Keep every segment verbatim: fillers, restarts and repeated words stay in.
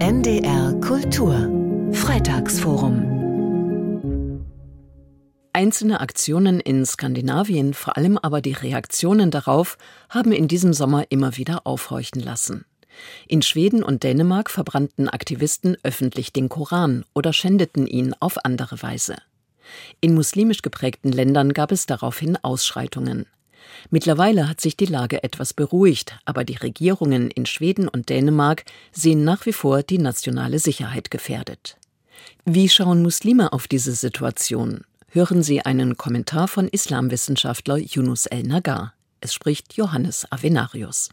N D R Kultur Freitagsforum. Einzelne Aktionen in Skandinavien, vor allem aber die Reaktionen darauf, haben in diesem Sommer immer wieder aufhorchen lassen. In Schweden und Dänemark verbrannten Aktivisten öffentlich den Koran oder schändeten ihn auf andere Weise. In muslimisch geprägten Ländern gab es daraufhin Ausschreitungen. Mittlerweile hat sich die Lage etwas beruhigt, aber die Regierungen in Schweden und Dänemark sehen nach wie vor die nationale Sicherheit gefährdet. Wie schauen Muslime auf diese Situation? Hören Sie einen Kommentar von Islamwissenschaftler Yunus el-Nagar. Es spricht Johannes Avenarius.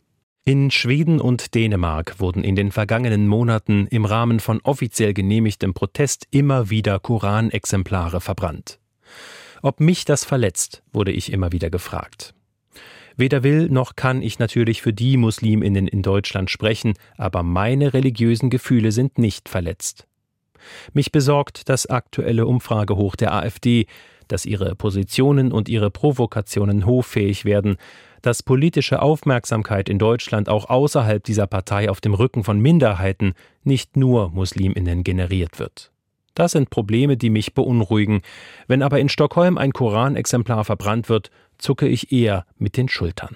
In Schweden und Dänemark wurden in den vergangenen Monaten im Rahmen von offiziell genehmigtem Protest immer wieder Koranexemplare verbrannt. Ob mich das verletzt, wurde ich immer wieder gefragt. Weder will noch kann ich natürlich für die MuslimInnen in Deutschland sprechen, aber meine religiösen Gefühle sind nicht verletzt. Mich besorgt das aktuelle Umfragehoch der AfD, dass ihre Positionen und ihre Provokationen hoffähig werden, dass politische Aufmerksamkeit in Deutschland auch außerhalb dieser Partei auf dem Rücken von Minderheiten, nicht nur MuslimInnen, generiert wird. Das sind Probleme, die mich beunruhigen. Wenn aber in Stockholm ein Koranexemplar verbrannt wird, zucke ich eher mit den Schultern.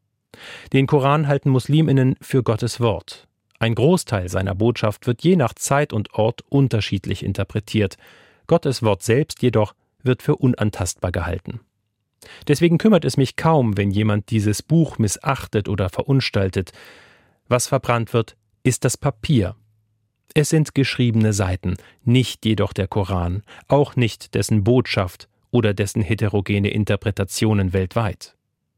Den Koran halten MuslimInnen für Gottes Wort. Ein Großteil seiner Botschaft wird je nach Zeit und Ort unterschiedlich interpretiert. Gottes Wort selbst jedoch wird für unantastbar gehalten. Deswegen kümmert es mich kaum, wenn jemand dieses Buch missachtet oder verunstaltet. Was verbrannt wird, ist das Papier. Es sind geschriebene Seiten, nicht jedoch der Koran, auch nicht dessen Botschaft oder dessen heterogene Interpretationen weltweit.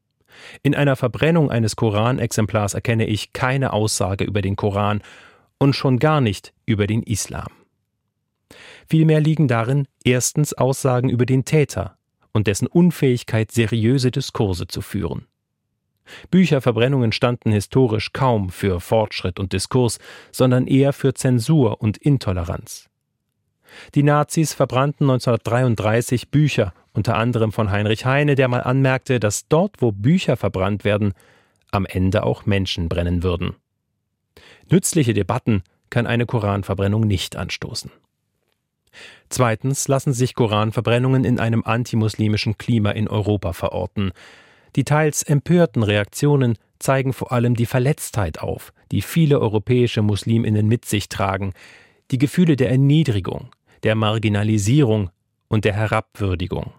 In einer Verbrennung eines Koranexemplars erkenne ich keine Aussage über den Koran und schon gar nicht über den Islam. Vielmehr liegen darin erstens Aussagen über den Täter und dessen Unfähigkeit, seriöse Diskurse zu führen. Bücherverbrennungen standen historisch kaum für Fortschritt und Diskurs, sondern eher für Zensur und Intoleranz. Die Nazis verbrannten neunzehnhundertdreiunddreißig Bücher, unter anderem von Heinrich Heine, der mal anmerkte, dass dort, wo Bücher verbrannt werden, am Ende auch Menschen brennen würden. Nützliche Debatten kann eine Koranverbrennung nicht anstoßen. Zweitens lassen sich Koranverbrennungen in einem antimuslimischen Klima in Europa verorten. Die teils empörten Reaktionen zeigen vor allem die Verletztheit auf, die viele europäische MuslimInnen mit sich tragen, die Gefühle der Erniedrigung, der Marginalisierung und der Herabwürdigung.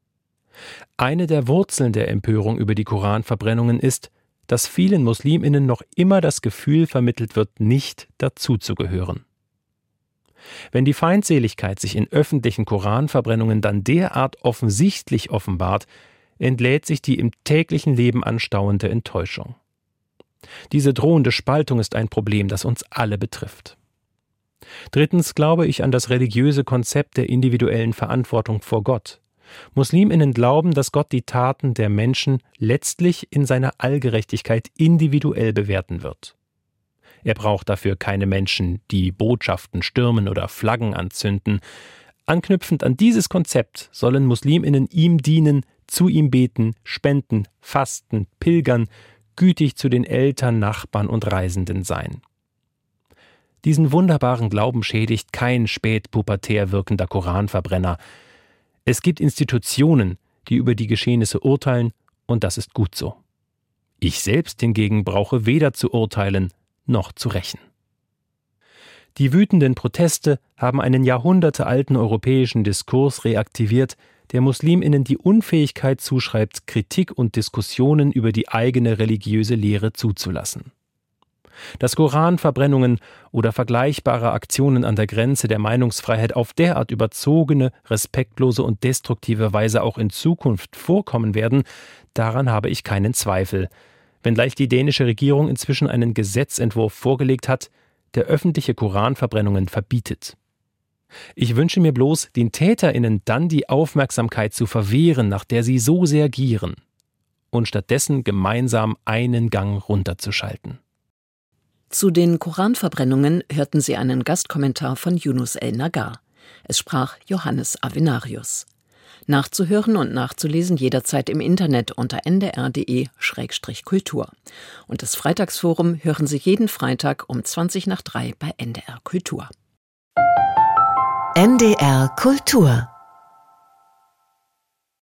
Eine der Wurzeln der Empörung über die Koranverbrennungen ist, dass vielen MuslimInnen noch immer das Gefühl vermittelt wird, nicht dazuzugehören. Wenn die Feindseligkeit sich in öffentlichen Koranverbrennungen dann derart offensichtlich offenbart, entlädt sich die im täglichen Leben anstauende Enttäuschung. Diese drohende Spaltung ist ein Problem, das uns alle betrifft. Drittens glaube ich an das religiöse Konzept der individuellen Verantwortung vor Gott. MuslimInnen glauben, dass Gott die Taten der Menschen letztlich in seiner Allgerechtigkeit individuell bewerten wird. Er braucht dafür keine Menschen, die Botschaften stürmen oder Flaggen anzünden. Anknüpfend an dieses Konzept sollen MuslimInnen ihm dienen, zu ihm beten, spenden, fasten, pilgern, gütig zu den Eltern, Nachbarn und Reisenden sein. Diesen wunderbaren Glauben schädigt kein spätpubertär wirkender Koranverbrenner. Es gibt Institutionen, die über die Geschehnisse urteilen, und das ist gut so. Ich selbst hingegen brauche weder zu urteilen noch zu rächen. Die wütenden Proteste haben einen jahrhundertealten europäischen Diskurs reaktiviert, der MuslimInnen die Unfähigkeit zuschreibt, Kritik und Diskussionen über die eigene religiöse Lehre zuzulassen. Dass Koranverbrennungen oder vergleichbare Aktionen an der Grenze der Meinungsfreiheit auf derart überzogene, respektlose und destruktive Weise auch in Zukunft vorkommen werden, daran habe ich keinen Zweifel, wenngleich die dänische Regierung inzwischen einen Gesetzentwurf vorgelegt hat, der öffentliche Koranverbrennungen verbietet. Ich wünsche mir bloß, den TäterInnen dann die Aufmerksamkeit zu verwehren, nach der sie so sehr gieren, und stattdessen gemeinsam einen Gang runterzuschalten. Zu den Koranverbrennungen hörten Sie einen Gastkommentar von Yunus el-Nagar. Es sprach Johannes Avenarius. Nachzuhören und nachzulesen jederzeit im Internet unter n d r punkt d e Schrägstrich Kultur. Und das Freitagsforum hören Sie jeden Freitag um zwanzig nach drei bei N D R Kultur. N D R Kultur